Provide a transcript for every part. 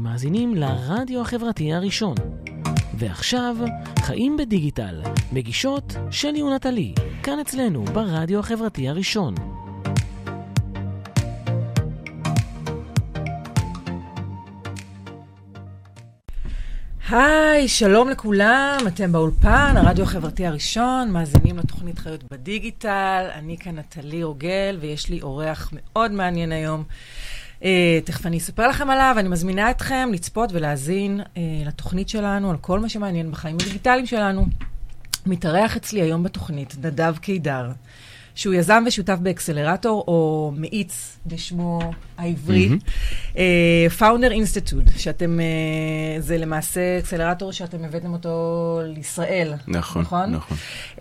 מאזינים לרדיו החברתי הראשון. ועכשיו, חיים בדיגיטל, מגישות שלי ונטלי, כאן אצלנו ברדיו החברתי הראשון. היי, שלום לכולם, אתם באולפן, הרדיו החברתי הראשון, מאזינים לתוכנית חיות בדיגיטל, אני כאן נטלי רוגל, ויש לי אורח מאוד מעניין היום. תכף אני אספר לכם עליו, אני מזמינה אתכם לצפות ולהזין לתוכנית שלנו, על כל מה שמעניין בחיים הדיגיטליים שלנו. מתארח אצלי היום בתוכנית נדב קידר, שהוא יזם ושותף באקסלרטור, או מאיץ בשמו העברי, Founder Institute, שאתם, זה למעשה אקסלרטור שאתם הבאתם אותו לישראל. נכון, נכון.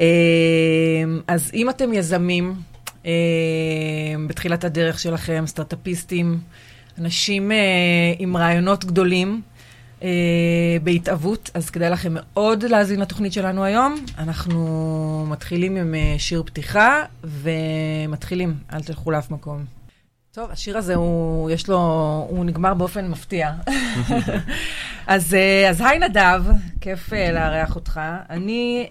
אז אם אתם יזמים, בתחילת הדרך שלכם, סטארט-אפיסטים, אנשים עם רעיונות גדולים, בהתאבות, אז כדאי לכם מאוד להזין לתוכנית שלנו היום. אנחנו מתחילים עם שיר פתיחה, ומתחילים, אל תלכו לאף מקום. טוב, השיר הזה הוא נגמר באופן מפתיע. אז היי נדב, כיף לארח אותך. אני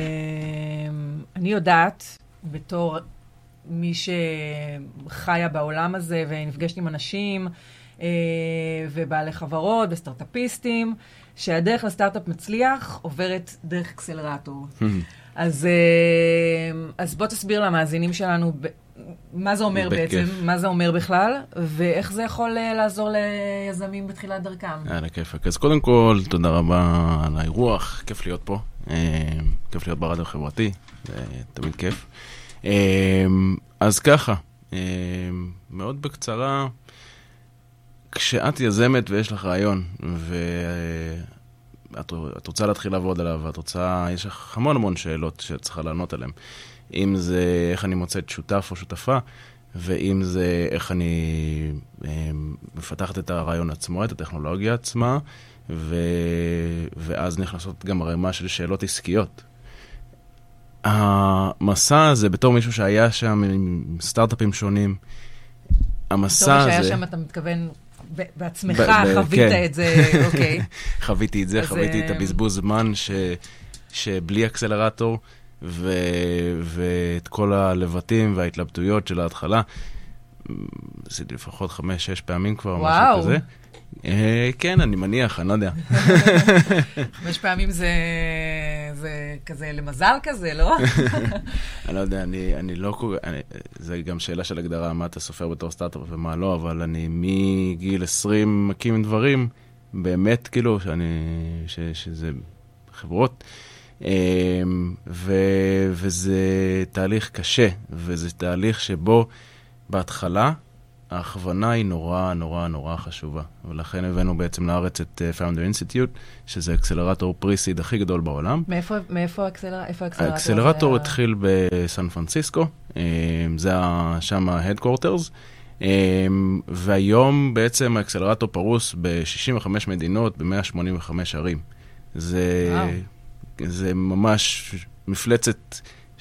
יודעת, בתור מי שחיה בעולם הזה ונפגשת עם אנשים, ובעלי חברות וסטארט-אפיסטים, שהדרך לסטארט-אפ מצליח עוברת דרך אקסלרטור. אז בוא תסביר למאזינים שלנו מה זה אומר בעצם, מה זה אומר בכלל, ואיך זה יכול לעזור ליזמים בתחילת דרכם. כיף. אז קודם כל, תודה רבה על האירוח, כיף להיות פה, כיף להיות ברדיו החברתי, זה תמיד כיף. אז ככה, מאוד בקצרה, כשאת יזמת ויש לך רעיון, ואת רוצה להתחיל לעבוד עליו, יש לך המון שאלות שצריכה לענות עליהן. אם זה איך אני מוצאת שותף או שותפה, ואם זה איך אני מפתחת את הרעיון עצמו, את הטכנולוגיה עצמה, ואז נכנסות גם הרמה של שאלות עסקיות. המסע הזה, בתור מישהו שהיה שם עם סטארט-אפים שונים, המסע הזה... בתור שהיה שם אתה מתכוון... בעצמך חווית את זה, אוקיי. חוויתי את זה, חוויתי את הבזבוז זמן שבלי אקסלרטור, ואת כל הלבטים וההתלבטויות של ההתחלה. עשיתי לפחות 5-6 פעמים כבר, משהו כזה. כן, אני מניח, אני לא יודע. 5 פעמים זה כזה למזל כזה, לא? אני לא יודע, אני לא... זה גם שאלה של הגדרה, מה אתה סופר בתור סטארט-אפ ומה לא, אבל אני מגיל 20 מקים דברים, באמת כאילו, שזה חברות, וזה תהליך קשה, וזה תהליך שבו בהתחלה, ההכוונה היא נורא חשובה, ולכן הבאנו בעצם לארץ את Founder Institute, שזה אקסלרטור פרי-סיד הכי גדול בעולם. מאיפה האקסלרטור? האקסלרטור התחיל בסן פרנסיסקו, זה שם ה-Headquarters, והיום בעצם האקסלרטור פרוס ב-65 מדינות, ב-185 ערים. זה ממש מפלצת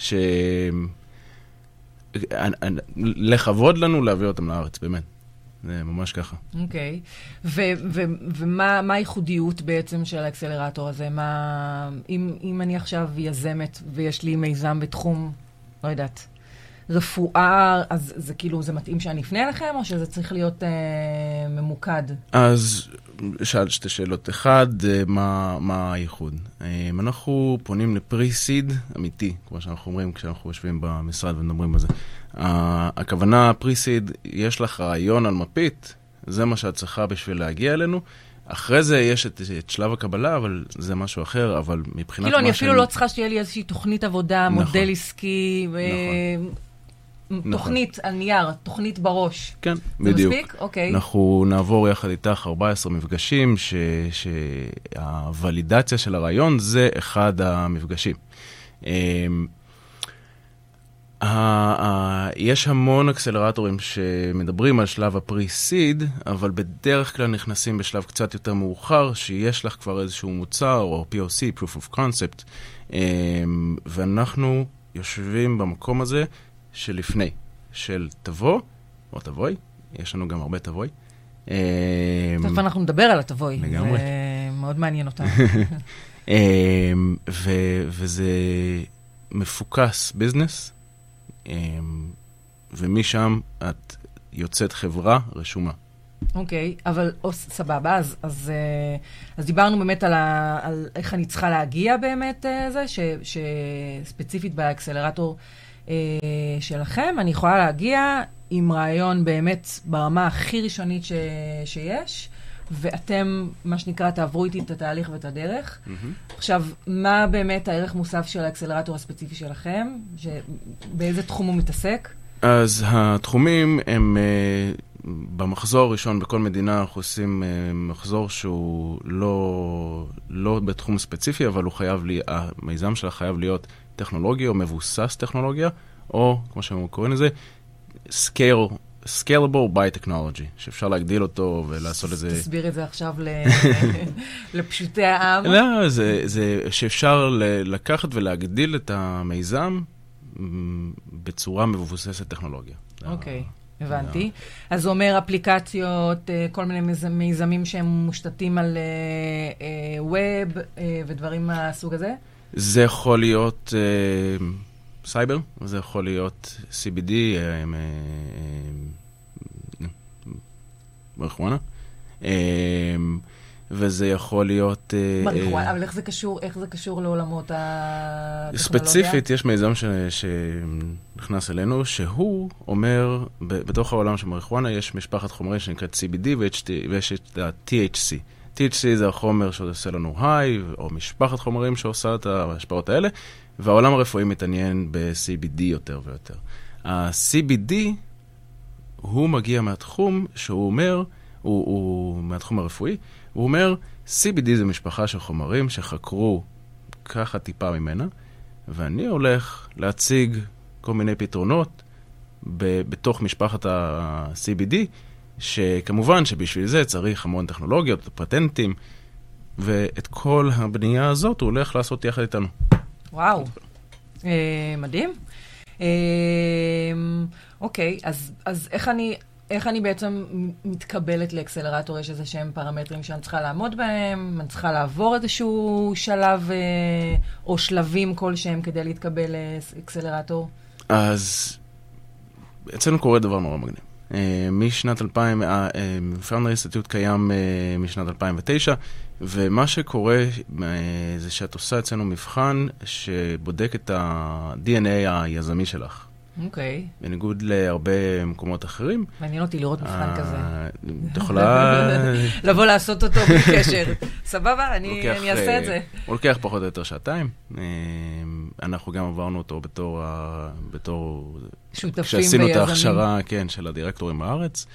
לכבוד לנו להביא אותם לארץ, באמת. זה ממש ככה. אוקיי. ומה הייחודיות בעצם של האקסלרטור הזה? אם אני עכשיו יזמת ויש לי מיזם בתחום, לא יודעת, רפואה, אז זה כאילו, זה מתאים שאני אפנה אליכם, או שזה צריך להיות ממוקד? אז שאלת שתי שאלות. אחד, מה הייחוד? אנחנו פונים לפרי-סיד אמיתי, כמו שאנחנו אומרים כשאנחנו יושבים במשרד ומדברים על זה. הכוונה, פרי-סיד, יש לך רעיון על מפית, זה מה שאת צריכה בשביל להגיע אלינו. אחרי זה יש את שלב הקבלה, אבל זה משהו אחר, אבל מבחינת... כאילו, אני אפילו לא צריכה שתהיה לי איזושהי תוכנית עבודה, מודל עסקי, תוכנית על נייר, תוכנית בראש. כן, בדיוק. זה מספיק? אוקיי. אנחנו נעבור יחד איתך 14 מפגשים, שהוולידציה של הרעיון זה אחד המפגשים. יש המון אקסלרטורים שמדברים על שלב הפרי-סיד, אבל בדרך כלל נכנסים בשלב קצת יותר מאוחר, שיש לך כבר איזשהו מוצר, או POC, Proof of Concept, ואנחנו יושבים במקום הזה שלפני, של תבוא, או תבואי, יש לנו גם הרבה תבואי, תכף אנחנו נדבר על התבוי. לגמרי. זה מאוד מעניין אותנו. וזה מפוקס ביזנס, ומשם את יוצאת חברה רשומה. אוקיי, אבל סבבה, אז דיברנו באמת על איך אני צריכה להגיע באמת זה, שספציפית באקסלרטור שלכם, אני יכולה להגיע עם רעיון באמת ברמה הכי ראשונית שיש, ואתם, מה שנקרא, תעברו איתי את התהליך ואת הדרך. עכשיו, מה באמת הערך מוסף של האקסלרטור הספציפי שלכם? באיזה תחום הוא מתעסק? אז התחומים הם, במחזור הראשון בכל מדינה אנחנו עושים מחזור שהוא לא בתחום ספציפי, אבל הוא חייב המיזם שלה חייב להיות טכנולוגיה או מבוסס טכנולוגיה, או, כמו שהם קוראים לזה, scalable by technology, שאפשר להגדיל אותו ולעשות את זה... תסביר את זה עכשיו לפשוטי העם. לא, זה שאפשר לקחת ולהגדיל את המיזם בצורה מבוססת טכנולוגיה. אוקיי, הבנתי. אז זה אומר אפליקציות, כל מיני מיזמים שהם מושתתים על ווב ודברים מהסוג הזה? זה יכול להיות סייבר, זה יכול להיות CBD, מריחואנה, וזה יכול להיות... מריחואנה, אבל איך זה קשור לעולמות הטכנולוגיה? ספציפית, יש מיזם שנכנס אלינו, שהוא אומר, בתוך העולם של מריחואנה יש משפחת חומרים שנקראת CBD ויש את ה-THC. THC זה החומר שעושה לנו היי, או משפחת חומרים שעושה את ההשפעות האלה, והעולם הרפואי מתעניין ב-CBD יותר ויותר. ה-CBD הוא מגיע מהתחום שהוא אומר, הוא מהתחום הרפואי, הוא אומר, CBD זה משפחה של חומרים שחקרו ככה טיפה ממנה, ואני הולך להציג כל מיני פתרונות בתוך משפחת ה-CBD, שכמובן שבשביל זה צריך המון טכנולוגיות, פטנטים, ואת כל הבנייה הזאת הוא הולך לעשות יחד איתנו. וואו, מדהים. אוקיי, אז איך אני בעצם מתקבלת לאקסלרטור? יש איזה שהם פרמטרים שאני צריכה לעמוד בהם? אני צריכה לעבור איזשהו שלב או שלבים כלשהם כדי להתקבל לאקסלרטור? אז אצלנו קורה דבר נורא מגניב. משנת 2000, פאונדר אינסטיטוט קיים משנת 2009, ומה שקורה זה שאת עושה אצלנו מבחן שבודק את ה-DNA היזמי שלך. אוקיי. בניגוד להרבה מקומות אחרים. מעניין אותי לראות מבחן כזה. את יכולה... לבוא לעשות אותו בקשר. סבבה, אני אעשה את זה. הוא לוקח פחות או יותר שעתיים. אנחנו גם עברנו אותו בתור... שותפים ויזמים. כשעשינו את ההכשרה, כן, של הדירקטורים בארץ.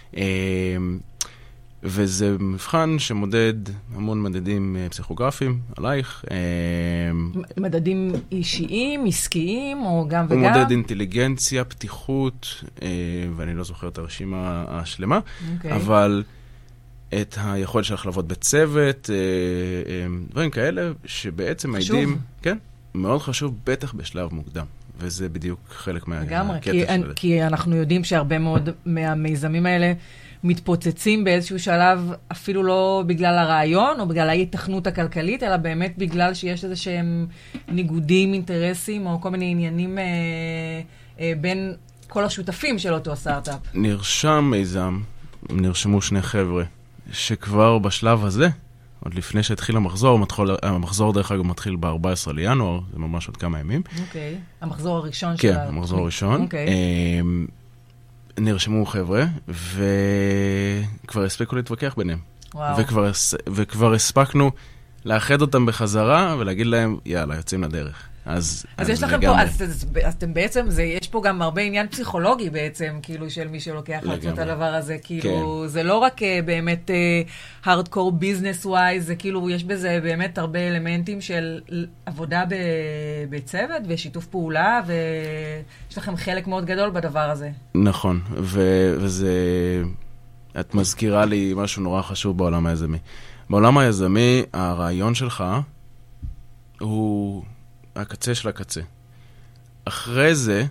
וזה מבחן שמודד המון מדדים פסיכוגרפיים עלייך. מדדים אישיים, עסקיים, או גם וגם? הוא מודד אינטליגנציה, פתיחות, ואני לא זוכר את הרשימה השלמה, אבל את היכולת שלך לעבוד בצוות, דברים כאלה שבעצם מעידים... כן, מאוד חשוב, בטח בשלב מוקדם. וזה בדיוק חלק מהקטע של... כי אנחנו יודעים שהרבה מאוד מהמיזמים האלה מתפוצצים באיזשהו שלב, אפילו לא בגלל הרעיון, או בגלל ההיתכנות הכלכלית, אלא באמת בגלל שיש איזה שהם ניגודים, אינטרסים, או כל מיני עניינים בין כל השותפים של אותו סטארט-אפ. נרשם מיזם, נרשמו שני חבר'ה, שכבר בשלב הזה, עוד לפני שהתחיל המחזור דרך אגב מתחיל ב-14 לינואר, זה ממש עוד כמה ימים. אוקיי, המחזור הראשון כן, המחזור הראשון. אוקיי. נרשמו חבר'ה, וכבר הספיקו להתווכח ביניהם. וואו. וכבר הספקנו לאחד אותם בחזרה, ולהגיד להם, יאללה, יוצאים לדרך. אז יש לכם פה, אז אתם בעצם, יש פה גם הרבה עניין פסיכולוגי בעצם, כאילו, של מי שלוקח לעצות את הדבר הזה, כאילו, זה לא רק באמת hardcore business wise, זה כאילו, יש בזה באמת הרבה אלמנטים של עבודה בצוות ושיתוף פעולה, ויש לכם חלק מאוד גדול בדבר הזה. נכון, וזה, את מזכירה לי משהו נורא חשוב בעולם היזמי. בעולם היזמי, הרעיון שלך הוא... הקצה של הקצה. אחרי זה,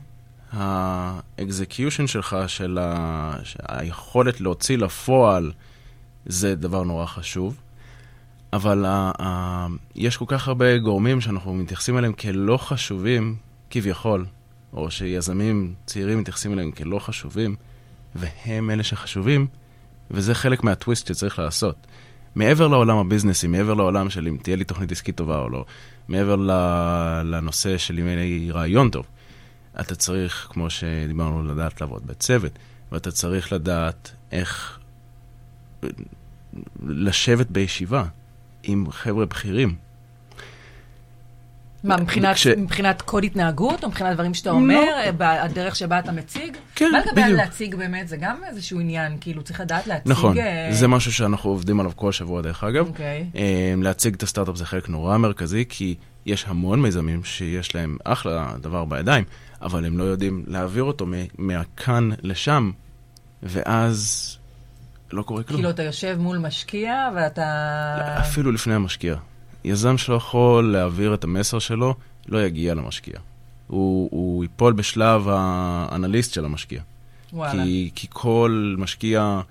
האקזקיושן שלך, של היכולת להוציא לפועל, זה דבר נורא חשוב. אבל יש כל כך הרבה גורמים שאנחנו מתייחסים אליהם כלא חשובים, כביכול, או שיזמים צעירים מתייחסים אליהם כלא חשובים, והם אלה שחשובים, וזה חלק מהטוויסט שצריך לעשות. מעבר לעולם הביזנסי, מעבר לעולם של אם תהיה לי תוכנית עסקית טובה או לא, מעבר לנושא של אם יהיה לי רעיון טוב, אתה צריך, כמו שדיברנו, לדעת לעבוד בצוות, ואתה צריך לדעת איך לשבת בישיבה עם חבר'ה בכירים. מה, מבחינת קוד התנהגות, או מבחינת דברים שאתה אומר, הדרך שבה אתה מציג? כן, בדיוק. מה לגבי להציג באמת? זה גם איזשהו עניין, כאילו צריך לדעת להציג... נכון, זה משהו שאנחנו עובדים עליו כל שבוע דרך אגב. להציג את הסטארט-אפ זה חלק נורא מרכזי, כי יש המון מיזמים שיש להם אחלה דבר בידיים, אבל הם לא יודעים להעביר אותו מהכאן לשם, ואז לא קורה כלום. כאילו אתה יושב מול משקיע, ואתה... אפילו לפני המשקיע. יזם שלא יכול להעביר את המסר שלו, לא יגיע למשקיע. הוא ייפול בשלב האנליסט של המשקיע. וואלה. כי כל משקיע,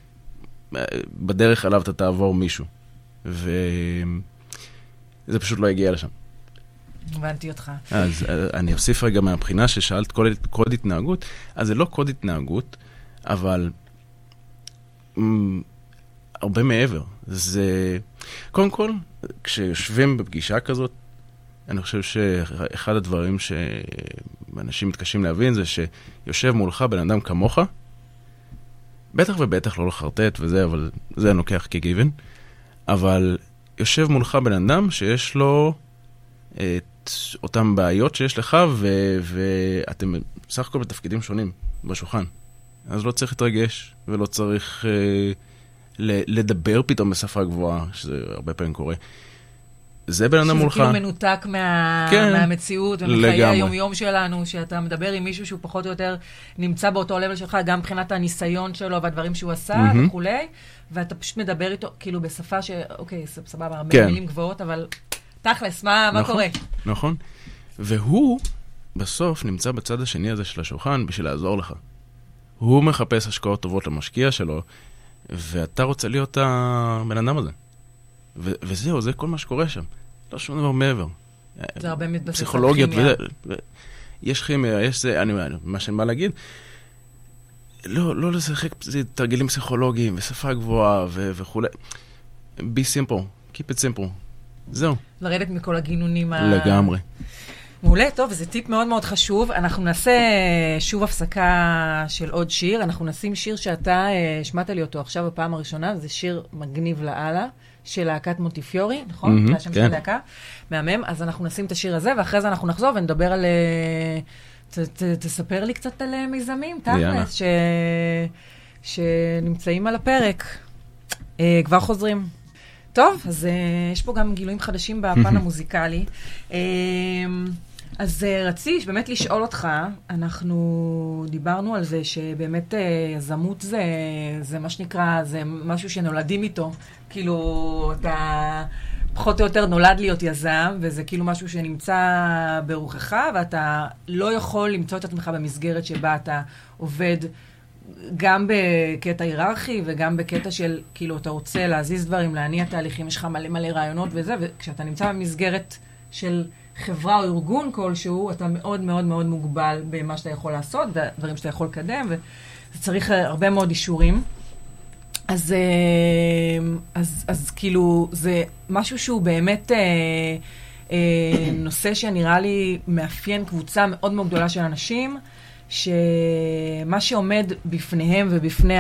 בדרך אליו אתה תעבור מישהו. וזה פשוט לא יגיע לשם. הבנתי אותך. אז אני אוסיף רגע מהבחינה ששאלת קוד התנהגות, אז זה לא קוד התנהגות, אבל הרבה מעבר. זה, קודם כל, כשיושבים בפגישה כזאת, אני חושב שאחד הדברים שאנשים מתקשים להבין זה שיושב מולך בן אדם כמוך, בטח ובטח לא לחרטט וזה, אבל זה נוקח כגיוון, אבל יושב מולך בן אדם שיש לו את אותם בעיות שיש לך, ואתם סך הכל בתפקידים שונים בשולחן. אז לא צריך להתרגש, ולא צריך לדבר פתאום בשפה גבוהה, שזה הרבה פעמים קורה. זה בן אדם מולך. שזה כאילו מנותק מהמציאות, ומחיי היום-יום שלנו, שאתה מדבר עם מישהו שהוא פחות או יותר נמצא באותו לבל שלך, גם מבחינת הניסיון שלו והדברים שהוא עשה וכולי, ואתה פשוט מדבר איתו כאילו בשפה אוקיי, סבבה, הרבה מילים גבוהות, אבל תכלס, מה קורה? נכון. והוא בסוף נמצא בצד השני הזה של השולחן בשביל לעזור לך. הוא מחפש השקעות טובות למשקיע שלו, ואתה רוצה להיות הבן אדם הזה. וזהו, זה כל מה שקורה שם. לא שום דבר מעבר. זה הרבה מתבסס על פסיכולוגיות כימיה. יש כימיה, יש זה, מה שאני בא להגיד, לא לשחק תרגילים פסיכולוגיים, ושפה גבוהה וכו'. be simple, keep it simple. זהו. לרדת מכל הגינונים. לגמרי. מעולה, טוב, זה טיפ מאוד מאוד חשוב. אנחנו נעשה שוב הפסקה של עוד שיר. אנחנו נשים שיר שאתה שמעת לי אותו עכשיו בפעם הראשונה, זה שיר מגניב לאללה, של להקת מונטיפיורי, נכון? זה השם של הלהקה. מהמם. אז אנחנו נשים את השיר הזה, ואחרי זה אנחנו נחזור ונדבר על... תספר לי קצת על מיזמים, תכלס, שנמצאים על הפרק. כבר חוזרים. טוב, אז יש פה גם גילויים חדשים בפן המוזיקלי. אז רציתי באמת לשאול אותך, אנחנו דיברנו על זה שבאמת יזמות זה מה שנקרא, זה משהו שנולדים איתו. כאילו, אתה פחות או יותר נולד להיות יזם, וזה כאילו משהו שנמצא ברוחך, ואתה לא יכול למצוא את עצמך במסגרת שבה אתה עובד גם בקטע היררכי, וגם בקטע של, כאילו, אתה רוצה להזיז דברים, להניע תהליכים, יש לך מלא מלא רעיונות וזה, וכשאתה נמצא במסגרת של חברה או ארגון כלשהו, אתה מאוד מאוד מאוד מוגבל במה שאתה יכול לעשות, ודברים שאתה יכול לקדם, וזה צריך הרבה מאוד אישורים. אז כאילו, זה משהו שהוא באמת נושא שנראה לי מאפיין קבוצה מאוד מאוד גדולה של אנשים, שמה שעומד בפניהם ובפני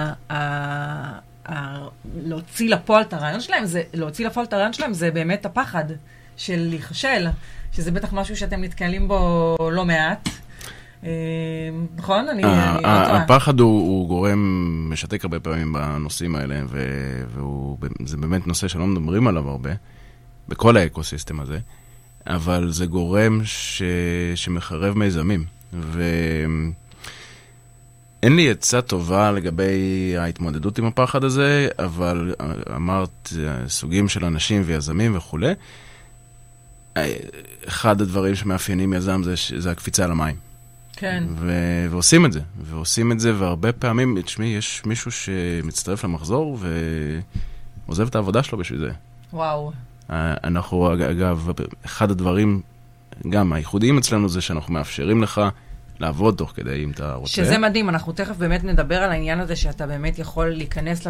להוציא לפועל את הרעיון שלהם, זה באמת הפחד של להיחשל, שזה בטח משהו שאתם נתקלים בו לא מעט. נכון? הפחד הוא גורם משתק הרבה פעמים בנושאים האלה, וזה באמת נושא שלא מדברים עליו הרבה, בכל האקוסיסטם הזה, אבל זה גורם שמחרב מיזמים. ואין לי עצה טובה לגבי ההתמודדות עם הפחד הזה, אבל אמרת סוגים של אנשים ויזמים וכו'. אחד הדברים שמאפיינים יזם זה הקפיצה למים. כן. ועושים את זה, והרבה פעמים, תשמעי, יש מישהו שמצטרף למחזור ועוזב את העבודה שלו בשביל זה. וואו. אנחנו, אגב, אחד הדברים, גם הייחודיים אצלנו זה שאנחנו מאפשרים לך לעבוד תוך כדי, אם אתה רוצה. שזה מדהים, אנחנו תכף באמת נדבר על העניין הזה, שאתה באמת יכול להיכנס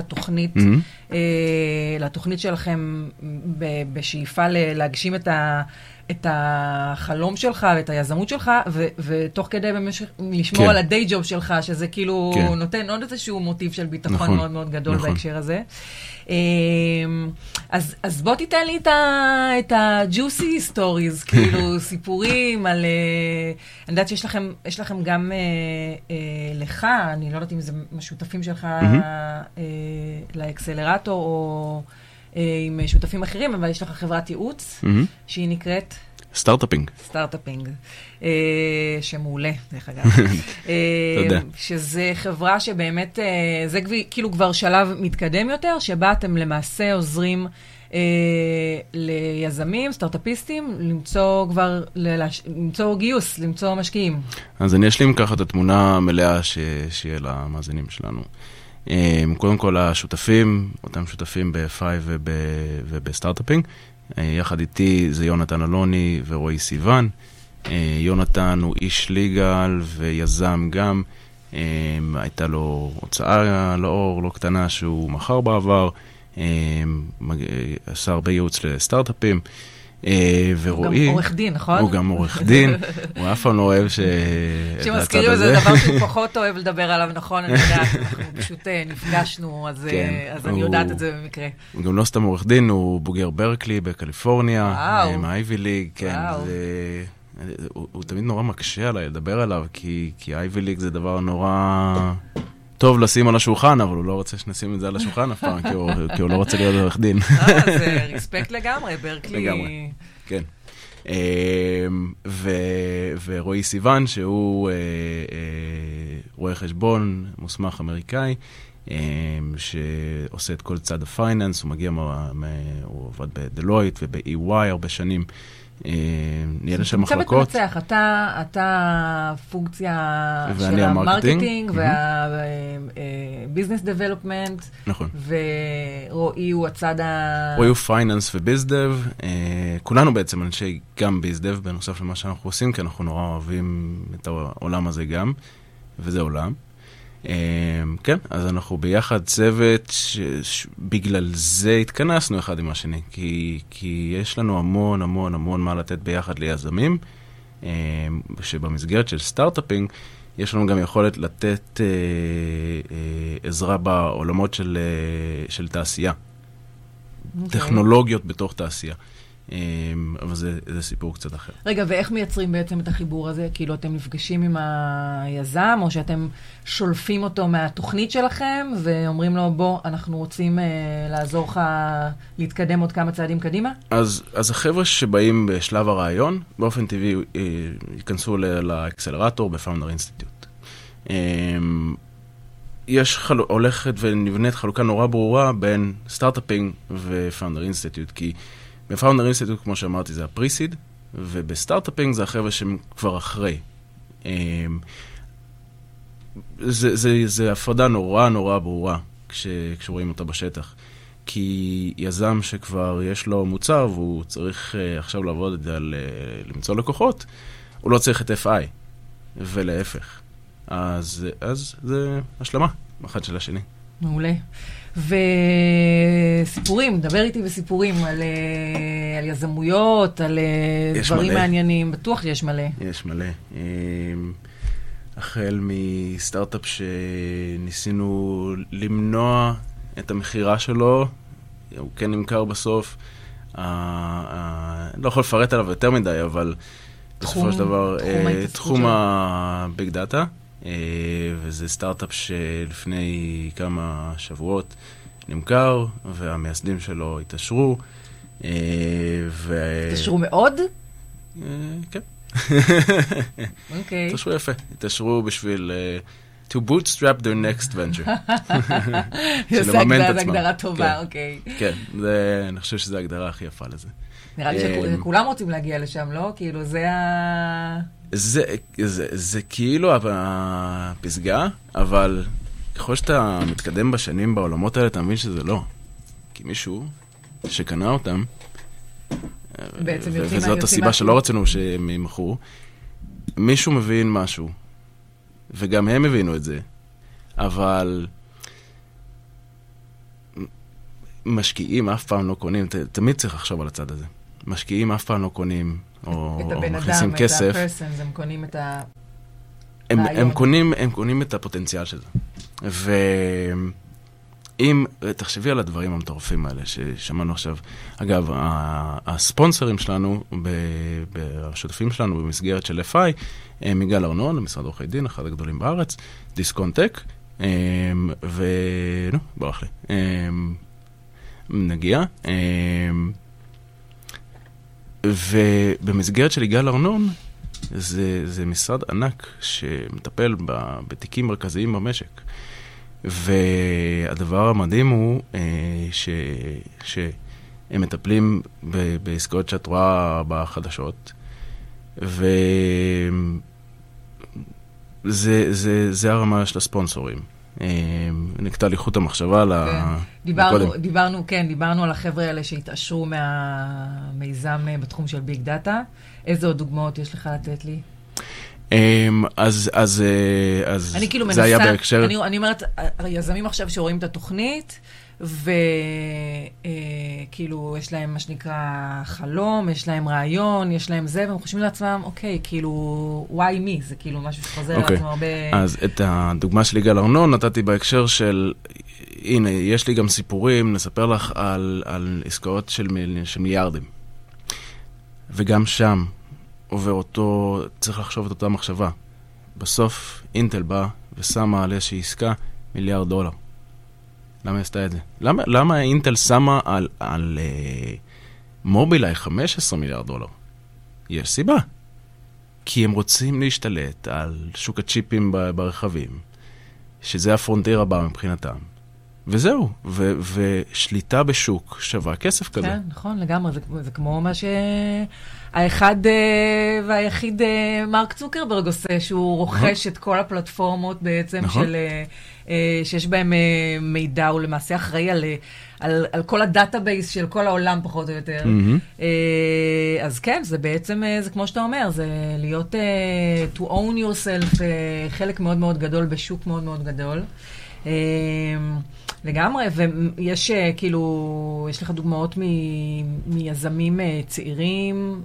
לתוכנית שלכם בשאיפה להגשים את החלום שלך ואת היזמות שלך, ותוך כדי לשמור על הדיי ג'וב שלך, שזה כאילו נותן עוד איזשהו מוטיב של ביטחון מאוד מאוד גדול בהקשר הזה. אז בוא תיתן לי את ה-juicy stories, כאילו סיפורים על... אני יודעת שיש לכם גם לך, אני לא יודעת אם זה משותפים שלך לאקסלרטור או עם שותפים אחרים, אבל יש לך חברת ייעוץ שהיא נקראת... סטארט-אפינג. סטארט-אפינג, שמעולה, דרך אגב. שזה חברה שבאמת, זה כאילו כבר שלב מתקדם יותר, שבה אתם למעשה עוזרים ליזמים, סטארט-אפיסטים, למצוא גיוס, למצוא משקיעים. אז אני אשלים ככה את התמונה המלאה שיהיה למאזינים שלנו. קודם כל השותפים, אותם שותפים ב-5 ובסטארט-אפינג, יחד איתי זה יונתן אלוני ורועי סיוון. יונתן הוא איש ליגל ויזם גם. הייתה לו הוצאה לאור לא קטנה שהוא מכר בעבר. עשה הרבה ייעוץ לסטארט-אפים. ורועי... הוא גם עורך דין, נכון? הוא גם עורך דין. הוא אף פעם לא אוהב שמזכירים את זה דבר שהוא פחות אוהב לדבר עליו, נכון? אני יודעת, אנחנו פשוט נפגשנו, אז אני יודעת את זה במקרה. הוא גם לא סתם עורך דין, הוא בוגר ברקלי בקליפורניה, מהאייבי ליג, כן. הוא תמיד נורא מקשה עליי לדבר עליו, כי אייבי ליג זה דבר נורא... טוב לשים על השולחן, אבל הוא לא רוצה שנשים את זה על השולחן אף פעם, כי הוא לא רוצה להיות עורך דין. זה ריספקט לגמרי, ברקלי. לגמרי, כן. ורועי סיוון, שהוא רואה חשבון, מוסמך אמריקאי, שעושה את כל צד הפייננס, הוא מגיע, הוא עובד בדלויט וב-EY הרבה שנים, נהיה שם מחלקות. צוות מנצח, אתה פונקציה של המרקטינג והביזנס דבלופמנט. נכון. ורועי הוא הצד רועי הוא פייננס וביזדב. כולנו בעצם אנשי גם ביזדב, בנוסף למה שאנחנו עושים, כי אנחנו נורא אוהבים את העולם הזה גם, וזה עולם. כן, אז אנחנו ביחד צוות שבגלל זה התכנסנו אחד עם השני, כי יש לנו המון המון המון מה לתת ביחד ליזמים, שבמסגרת של סטארט-אפינג יש לנו גם יכולת לתת עזרה בעולמות של תעשייה, טכנולוגיות בתוך תעשייה. אבל זה סיפור קצת אחר. רגע, ואיך מייצרים בעצם את החיבור הזה? כאילו אתם נפגשים עם היזם, או שאתם שולפים אותו מהתוכנית שלכם, ואומרים לו, בוא, אנחנו רוצים לעזור לך להתקדם עוד כמה צעדים קדימה? אז החבר'ה שבאים בשלב הרעיון, באופן טבעי ייכנסו לאקסלרטור בפאונדר אינסטיטוט. הולכת ונבנית חלוקה נורא ברורה בין סטארט-אפינג ופאונדר אינסטיטוט, כי בפאונדר אינסטיטוט, כמו שאמרתי, זה הפריסיד, ובסטארט-אפינג זה החבר'ה שהם כבר אחרי. זה הפרדה נורא נורא ברורה כשרואים אותה בשטח. כי יזם שכבר יש לו מוצר, והוא צריך עכשיו לעבוד על למצוא לקוחות, הוא לא צריך את FI, ולהפך. אז זה השלמה, אחד של השני. מעולה. וסיפורים, דבר איתי בסיפורים על יזמויות, על דברים מעניינים. בטוח שיש מלא. יש מלא. החל מסטארט-אפ שניסינו למנוע את המחירה שלו, הוא כן נמכר בסוף. לא יכול לפרט עליו יותר מדי, אבל בסופו של דבר, תחום הביג דאטה. וזה סטארט-אפ שלפני כמה שבועות נמכר, והמייסדים שלו התעשרו. התעשרו מאוד? כן. אוקיי. התעשרו יפה. התעשרו בשביל to bootstrap their next venture. זה הגדרה טובה, אוקיי. כן, אני חושב שזו ההגדרה הכי יפה לזה. נראה לי שכולם רוצים להגיע לשם, לא? כאילו זה כאילו הפסגה, אבל ככל שאתה מתקדם בשנים בעולמות האלה, אתה מבין שזה לא. כי מישהו שקנה אותם, וזאת הסיבה שלא רצינו שהם ימכרו, מישהו מבין משהו, וגם הם הבינו את זה, אבל משקיעים אף פעם לא קונים, תמיד צריך לחשוב על הצד הזה. משקיעים אף פעם לא קונים, או מכניסים כסף. את הבן אדם, את הפרסנס, הם קונים את הם קונים את הפוטנציאל של זה. ואם, תחשבי על הדברים המטורפים האלה ששמענו עכשיו. אגב, הספונסרים שלנו, השותפים שלנו במסגרת של FI, הם יגאל ארנון, משרד עורכי דין, אחד הגדולים בארץ, דיסקונטק, ונו, ברח לי. נגיע. ובמסגרת של יגאל ארנון, זה משרד ענק שמטפל בתיקים מרכזיים במשק. והדבר המדהים הוא שהם מטפלים בעסקאות שאת רואה בחדשות, וזה הרמה של הספונסורים. נקטע לי חוט המחשבה דיברנו על החבר'ה האלה שהתעשרו מהמיזם בתחום של ביג דאטה. איזה עוד דוגמאות יש לך לתת לי? אז אני כאילו זה היה בהקשר... אני אומרת, היזמים עכשיו שרואים את התוכנית, וכאילו יש להם מה שנקרא חלום, יש להם רעיון, יש להם זה, והם חושבים לעצמם, אוקיי, כאילו, why me? זה כאילו משהו שחוזר לעצמו הרבה... אז את הדוגמה של יגאל ארנון נתתי בהקשר של, הנה, יש לי גם סיפורים, נספר לך על עסקאות של מיליארדים. וגם שם עובר אותו, צריך לחשוב את אותה מחשבה. בסוף אינטל בא ושמה על איזושהי עסקה $1 מיליארד. למה עשתה את זה? למה אינטל שמה על מובילאיי $15 מיליארד? יש סיבה. כי הם רוצים להשתלט על שוק הצ'יפים ברכבים, שזה הפרונטיר הבא מבחינתם. וזהו. ושליטה בשוק שווה כסף כזה. כן, נכון, לגמרי. זה כמו מה שהאחד והיחיד מרק צוקרברג עושה, שהוא רוכש את כל הפלטפורמות בעצם של... שיש בהם מידע, הוא למעשה אחראי על כל הדאטאבייס של כל העולם, פחות או יותר. אז כן, זה בעצם, זה כמו שאתה אומר, זה להיות to own yourself, חלק מאוד מאוד גדול בשוק מאוד מאוד גדול. לגמרי, ויש כאילו, יש לך דוגמאות מיזמים צעירים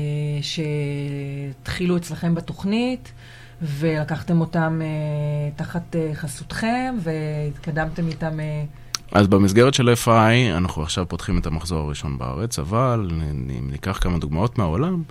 שהתחילו אצלכם בתוכנית, ולקחתם אותם תחת חסותכם, והתקדמתם איתם... אז במסגרת של FI, אנחנו עכשיו פותחים את המחזור הראשון בארץ, אבל אם ניקח כמה דוגמאות מהעולם,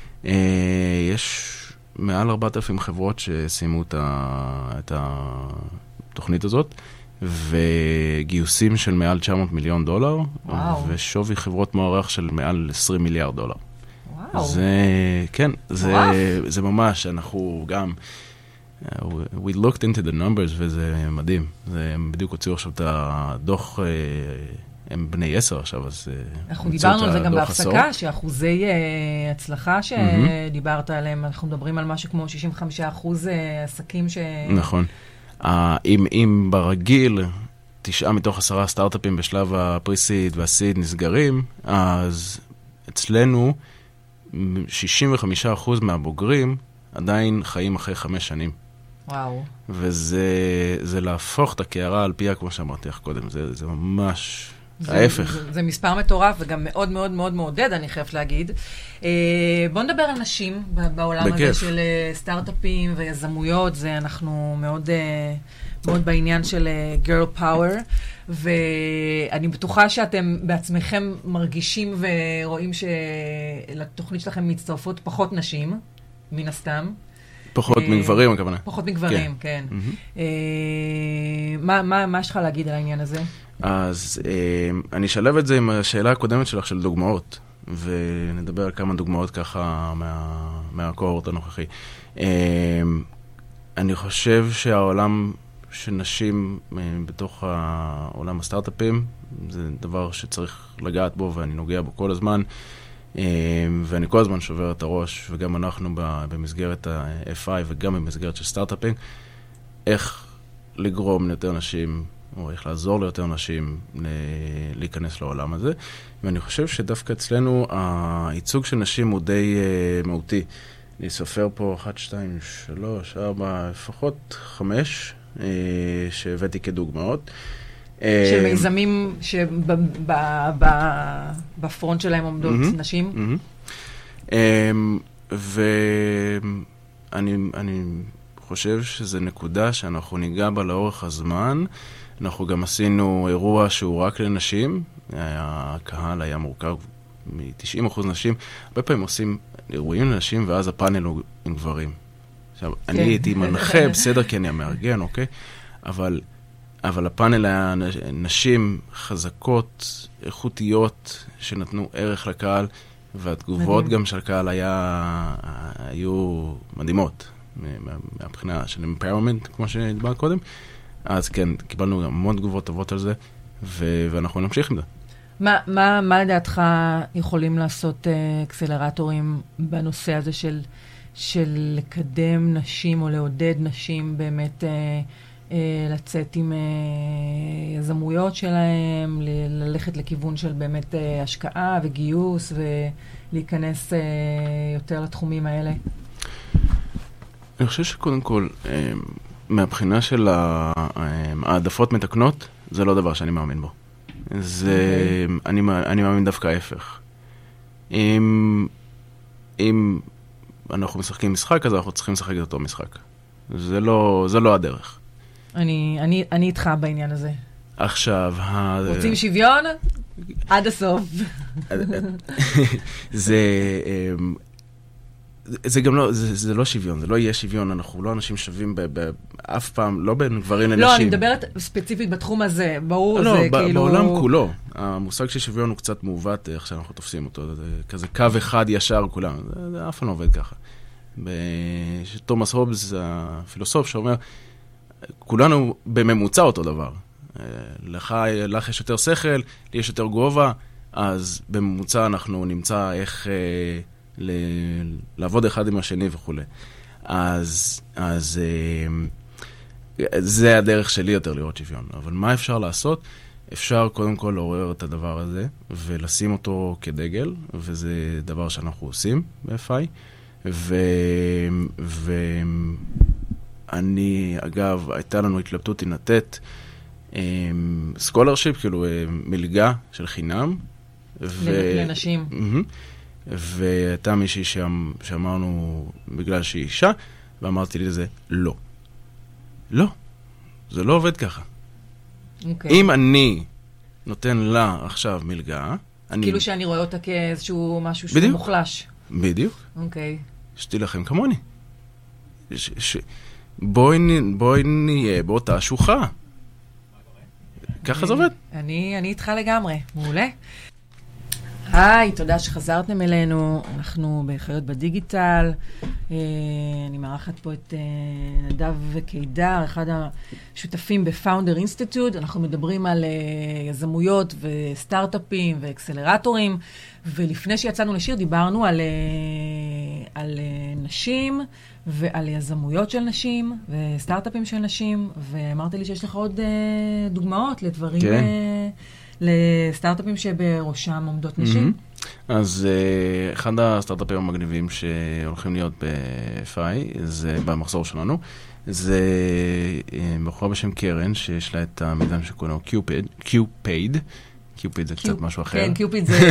יש מעל 4,000 חברות שסיימו את התוכנית הזאת, וגיוסים של מעל $900 מיליון, ושווי חברות מוערך של מעל $20 מיליארד. זה, כן, זה ממש, אנחנו גם, we looked into the numbers, וזה מדהים. הם בדיוק הוציאו עכשיו את הדוח, הם בני 10 עכשיו, אז... אנחנו דיברנו על זה גם בהפסקה, שאחוזי הצלחה שדיברת עליהם, אנחנו מדברים על משהו כמו 65% עסקים ש... נכון. אם ברגיל 9 מתוך 10 סטארט-אפים בשלב הפריסיד והסיד נסגרים, אז אצלנו 65% מהבוגרים עדיין חיים אחרי 5 שנים. וואו. וזה להפוך את הקערה על פיה, כמו שאמרתי לך קודם, זה ממש ההפך. זה מספר מטורף, וגם מאוד מאוד מאוד מעודד, אני חייבת להגיד. בוא נדבר על נשים בעולם הזה של סטארט-אפים ויזמויות, זה אנחנו מאוד בעניין של girl power, ואני בטוחה שאתם בעצמכם מרגישים ורואים שלתוכנית שלכם מצטרפות פחות נשים, מן הסתם. פחות מגברים, הכוונה. פחות מגברים, כן. מה יש לך להגיד על העניין הזה? אז אני אשלב את זה עם השאלה הקודמת שלך של דוגמאות, ונדבר על כמה דוגמאות ככה מהקוהורט הנוכחי. אני חושב שהעולם של נשים בתוך העולם הסטארט-אפים, זה דבר שצריך לגעת בו, ואני נוגע בו כל הזמן, ואני כל הזמן שובר את הראש, וגם אנחנו במסגרת ה-FI וגם במסגרת של סטארט-אפים, איך לגרום ליותר נשים, או איך לעזור ליותר נשים להיכנס לעולם הזה. ואני חושב שדווקא אצלנו הייצוג של נשים הוא די מהותי. אני אספר פה 1, 2, 3, 4, לפחות 5, שהבאתי כדוגמאות. של מיזמים שבפרונט שלהם עומדות נשים? ואני חושב שזו נקודה שאנחנו ניגע בה לאורך הזמן. אנחנו גם עשינו אירוע שהוא רק לנשים. הקהל היה מורכב מ-90% נשים. הרבה פעמים עושים אירועים לנשים, ואז הפאנל הוא עם גברים. עכשיו, אני הייתי מנחה, בסדר, כי אני המארגן, אוקיי? אבל הפאנל היה נשים חזקות, איכותיות, שנתנו ערך לקהל, והתגובות גם של הקהל היו מדהימות, מהבחינה של empowerment, כמו שדיבר קודם. אז כן, קיבלנו המון תגובות טובות על זה, ואנחנו נמשיך עם זה. מה לדעתך יכולים לעשות אקסלרטורים בנושא הזה של לקדם נשים או לעודד נשים באמת לצאת עם יזמויות שלהם, ללכת לכיוון של באמת השקעה וגיוס ולהיכנס יותר לתחומים האלה? אני חושב שקודם כל, מהבחינה של העדפות מתקנות, זה לא דבר שאני מאמין בו. אני מאמין דווקא ההפך. אם אנחנו משחקים משחק, אז אנחנו צריכים לשחק את אותו משחק. זה לא הדרך. אני איתך בעניין הזה. עכשיו, רוצים שוויון? עד הסוף. זה גם לא, זה לא שוויון, זה לא יהיה שוויון, אנחנו לא אנשים שווים אף פעם, לא בין גברים לנשים. לא, אני מדברת ספציפית בתחום הזה, ברור, זה כאילו... בעולם כולו, המושג של שוויון הוא קצת מעוות, איך שאנחנו תופסים אותו, זה כזה קו אחד ישר כולם, זה אף פעם לא עובד ככה. תומאס הובס, הפילוסוף שאומר, כולנו בממוצע אותו דבר. לך יש יותר שכל, לי יש יותר גובה, אז בממוצע אנחנו נמצא איך לעבוד אחד עם השני וכו'. אז זה הדרך שלי יותר לראות שוויון. אבל מה אפשר לעשות? אפשר קודם כל לעורר את הדבר הזה, ולשים אותו כדגל, וזה דבר שאנחנו עושים ב-FI. ואני, אגב, הייתה לנו התלבטות לתת סקולרשיפ, כאילו מלגה של חינם. לנשים. והייתה מישהי שאמרנו בגלל שהיא אישה, ואמרתי לי לזה, לא. לא. זה לא עובד ככה. אם אני נותן לה עכשיו מלגה, כאילו שאני רואה אותה כאיזשהו משהו שהוא מוחלש. בדיוק. אוקיי. שתי לכם כמוני. בואי נהיה באותה שוחה. ככה זה עובד. אני איתך לגמרי. מעולה. היי, תודה שחזרתם אלינו. אנחנו בחיות בדיגיטל. אני מארחת פה את נדב וקידר, אחד השותפים בפאונדר אינסטיטוט. אנחנו מדברים על יזמויות וסטארט-אפים ואקסלרטורים. ולפני שיצאנו לשיר דיברנו על נשים ועל יזמויות של נשים וסטארט-אפים של נשים. ואמרת לי שיש לך עוד דוגמאות לדברים... כן. לסטארט-אפים שבראשם עומדות נשים? אז אחד הסטארט-אפים המגניבים שהולכים להיות ב-FI, זה במחזור שלנו, זה בחורה בשם קרן, שיש לה את המיזם שקוראים לו Q-Paid. Q-Paid זה קצת משהו אחר. כן, Q-Paid זה...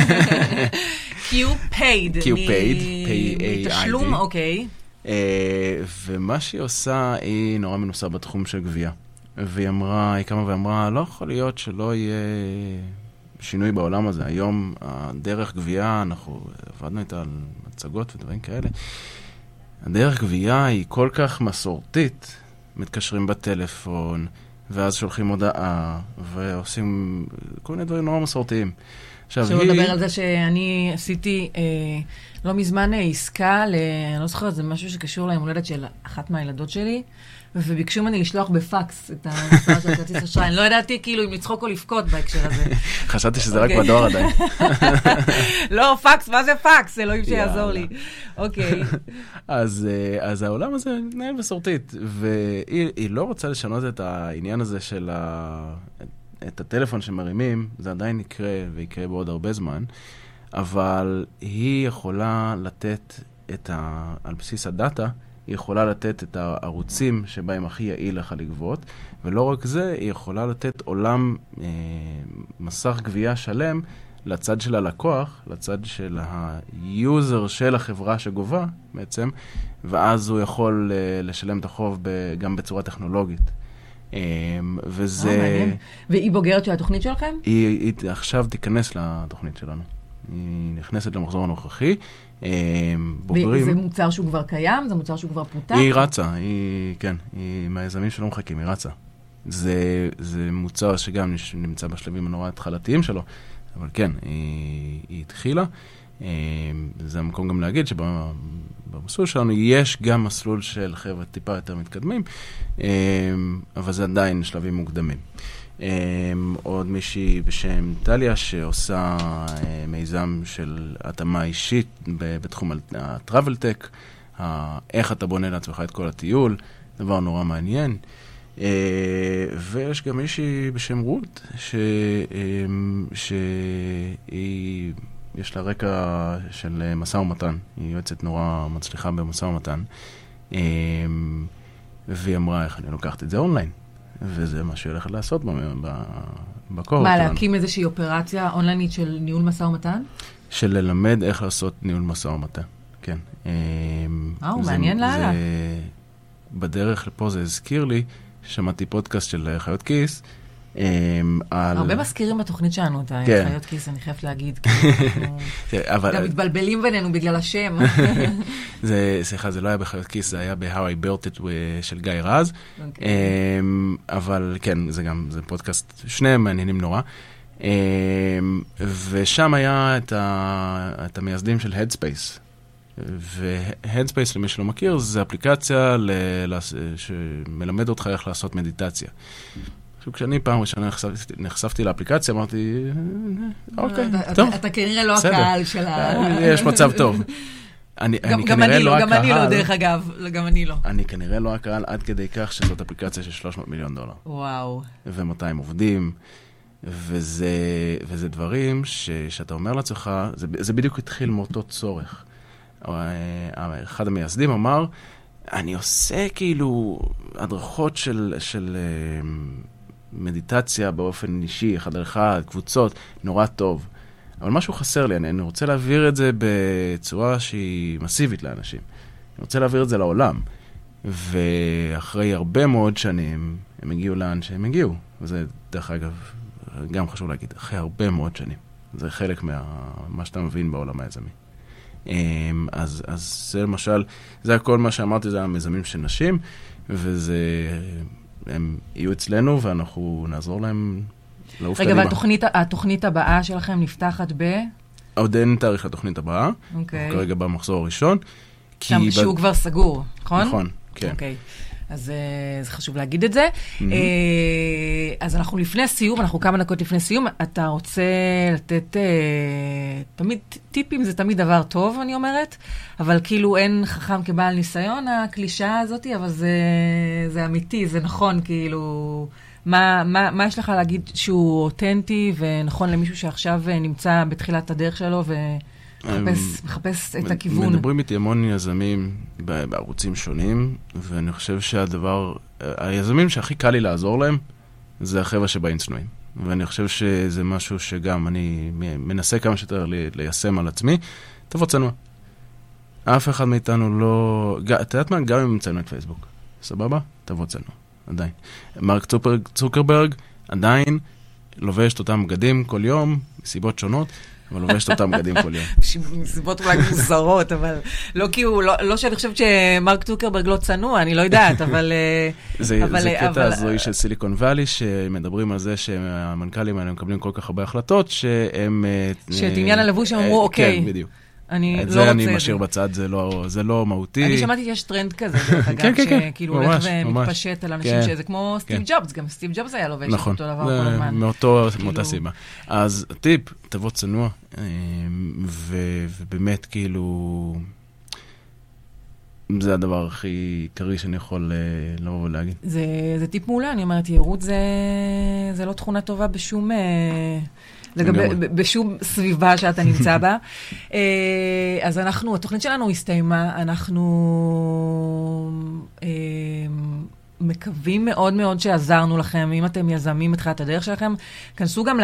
Q-Paid. מתשלום, אוקיי. ומה שהיא עושה, היא נורא מנוסה בתחום של גבייה. והיא קמה ואמרה, לא יכול להיות שלא יהיה שינוי בעולם הזה. היום, הדרך גבייה, אנחנו עבדנו איתה על מצגות ודברים כאלה, הדרך גבייה היא כל כך מסורתית, מתקשרים בטלפון, ואז שולחים הודעה, ועושים כל מיני דברים נורא מסורתיים. שלא לדבר על זה שאני עשיתי לא מזמן עסקה, אני לא זוכרת, זה משהו שקשור ליום הולדת של אחת מהילדות שלי, וביקשו ממני לשלוח בפקס את המספר של כרטיס אשראי. אני לא ידעתי כאילו אם לצחוק או לבכות בהקשר הזה. חשבתי שזה רק בדואר עדיין. לא, פקס, מה זה פקס? אלוהים שיעזור לי. אוקיי. אז העולם הזה נהל מסורתית, והיא לא רוצה לשנות את העניין הזה של את הטלפון שמרימים, זה עדיין יקרה, ויקרה בעוד הרבה זמן, אבל היא יכולה לתת על בסיס הדאטה, היא יכולה לתת את הערוצים שבהם הכי יעיל לך לגבות, ולא רק זה, היא יכולה לתת עולם מסך גבייה שלם לצד של הלקוח, לצד של היוזר של החברה שגובה בעצם, ואז הוא יכול לשלם את החוב גם בצורה טכנולוגית. וזה... והיא בוגרת של התוכנית שלכם? היא עכשיו תיכנס לתוכנית שלנו. היא נכנסת למחזור הנוכחי. בוגרים... וזה מוצר שהוא כבר קיים? זה מוצר שהוא כבר פותח? היא רצה, כן. היא מהיזמים שלא מחכים, היא רצה. זה מוצר שגם נמצא בשלבים הנורא התחלתיים שלו, אבל כן, היא התחילה. זה המקום גם להגיד שבמסלול שלנו יש גם מסלול של חבר'ה טיפה יותר מתקדמים, אבל זה עדיין שלבים מוקדמים. עוד מישהי בשם טליה שעושה מיזם של התאמה אישית בתחום הטראבל טק, איך אתה בונה לעצמך את כל הטיול, דבר נורא מעניין. ויש גם מישהי בשם רות יש לה רקע של משא ומתן, היא יועצת נורא מצליחה במשא ומתן, והיא אמרה איך אני לוקחת את זה אונליין. וזה מה שהיא הולכת לעשות בקורת. מה, להקים איזושהי אופרציה אונליינית של ניהול משא ומתן? של ללמד איך לעשות ניהול משא ומתן, כן. מעניין לאללה. בדרך לפה זה הזכיר לי, שמעתי פודקאסט של חיות כיס, הרבה מזכירים בתוכנית שלנו את חיות כיס, אני חייבת להגיד. גם מתבלבלים בינינו בגלל השם. סליחה, זה לא היה בחיות כיס, זה היה ב-How I Built It של גיא רז. אבל כן, זה פודקאסט, שניהם מעניינים נורא. ושם היה את המייסדים של Headspace. ו-Headspace, למי שלא מכיר, זה אפליקציה שמלמד אותך איך לעשות מדיטציה. כשאני פעם ראשונה נחשפתי לאפליקציה, אמרתי, אוקיי, טוב. אתה כנראה לא הקהל של יש מצב טוב. גם אני לא, דרך אגב, גם אני לא. אני כנראה לא הקהל עד כדי כך שזאת אפליקציה של $300 מיליון. וואו. ו-200 עובדים, וזה דברים שאתה אומר לעצמך, זה בדיוק התחיל מאותו צורך. אחד המייסדים אמר, אני עושה כאילו הדרכות של מדיטציה באופן אישי, אחד על אחד, קבוצות, נורא טוב. אבל משהו חסר לי, אני רוצה להעביר את זה בצורה שהיא מסיבית לאנשים. אני רוצה להעביר את זה לעולם. ואחרי הרבה מאוד שנים, הם הגיעו לאן שהם הגיעו. וזה, דרך אגב, גם חשוב להגיד, אחרי הרבה מאוד שנים. זה חלק מה שאתה מבין בעולם היזמי. אז זה למשל, זה הכל מה שאמרתי, זה המיזמים של נשים, וזה, הם יהיו אצלנו, ואנחנו נעזור להם לעוף קדימה. רגע, והתוכנית הבאה שלכם נפתחת עוד אין תאריך לתוכנית הבאה, כרגע במחזור הראשון. שהוא כבר סגור, נכון? נכון, כן. אוקיי. אז זה חשוב להגיד את זה. אז אנחנו לפני סיום, אנחנו כמה דקות לפני סיום, אתה רוצה לתת, תמיד, טיפים זה תמיד דבר טוב, אני אומרת, אבל כאילו אין חכם כבעל ניסיון, הקלישאה הזאת, אבל זה אמיתי, זה נכון, כאילו, מה יש לך להגיד שהוא אותנטי ונכון למישהו שעכשיו נמצא בתחילת הדרך שלו מחפש את הכיוון. מדברים איתי המון יזמים בערוצים שונים, ואני חושב היזמים שהכי קל לי לעזור להם, זה החבר'ה שבאים צנועים. ואני חושב שזה משהו שגם אני מנסה כמה שיותר ליישם על עצמי. תבוא צנוע. אף אחד מאיתנו לא... אתה יודעת מה? גם אם מציינו את פייסבוק. סבבה? תבוא צנוע. עדיין. מרק צוקרברג עדיין לובש את אותם בגדים כל יום, מסיבות שונות. אבל לובשת אותם בגדים כל יום. מסיבות אולי מוזרות, אבל לא כי הוא, לא שאני חושבת שמרק צוקרברג לא צנוע, אני לא יודעת, אבל... זה קטע הזוי של סיליקון ואלי, שמדברים על זה שהמנכ"לים האלה מקבלים כל כך הרבה החלטות, שהם... שאת עניין הלבוש הם אמרו, אוקיי. כן, בדיוק. את זה אני משאיר בצד, זה לא מהותי. אני שמעתי שיש טרנד כזה, דרך אגב, שכאילו הולך ומתפשט על אנשים שזה כמו סטיב ג'ובס, גם סטיב ג'ובס היה לובש אותו דבר כל הזמן. מאותה סיבה. אז טיפ, תבוא צנוע, ובאמת כאילו, זה הדבר הכי עיקרי שאני יכול לבוא ולהגיד. זה טיפ מעולה, אני אומרת, יהירות זה לא תכונה טובה בשום... בשום סביבה שאתה נמצא בה. אז התוכנית שלנו הסתיימה, אנחנו מקווים מאוד מאוד שעזרנו לכם. אם אתם יזמים התחילת הדרך שלכם, כנסו גם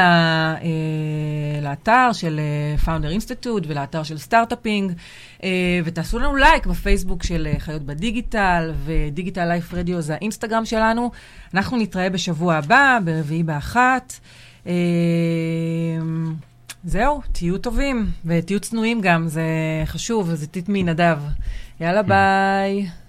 לאתר של Founder Institute ולאתר של סטארט-אפינג, ותעשו לנו לייק בפייסבוק של חיות בדיגיטל, ודיגיטל לייף רדיו זה האינסטגרם שלנו. אנחנו נתראה בשבוע הבא, ברביעי באחת. זהו, תהיו טובים ותהיו צנועים גם, זה חשוב, זה טיפ מנדב. יאללה ביי.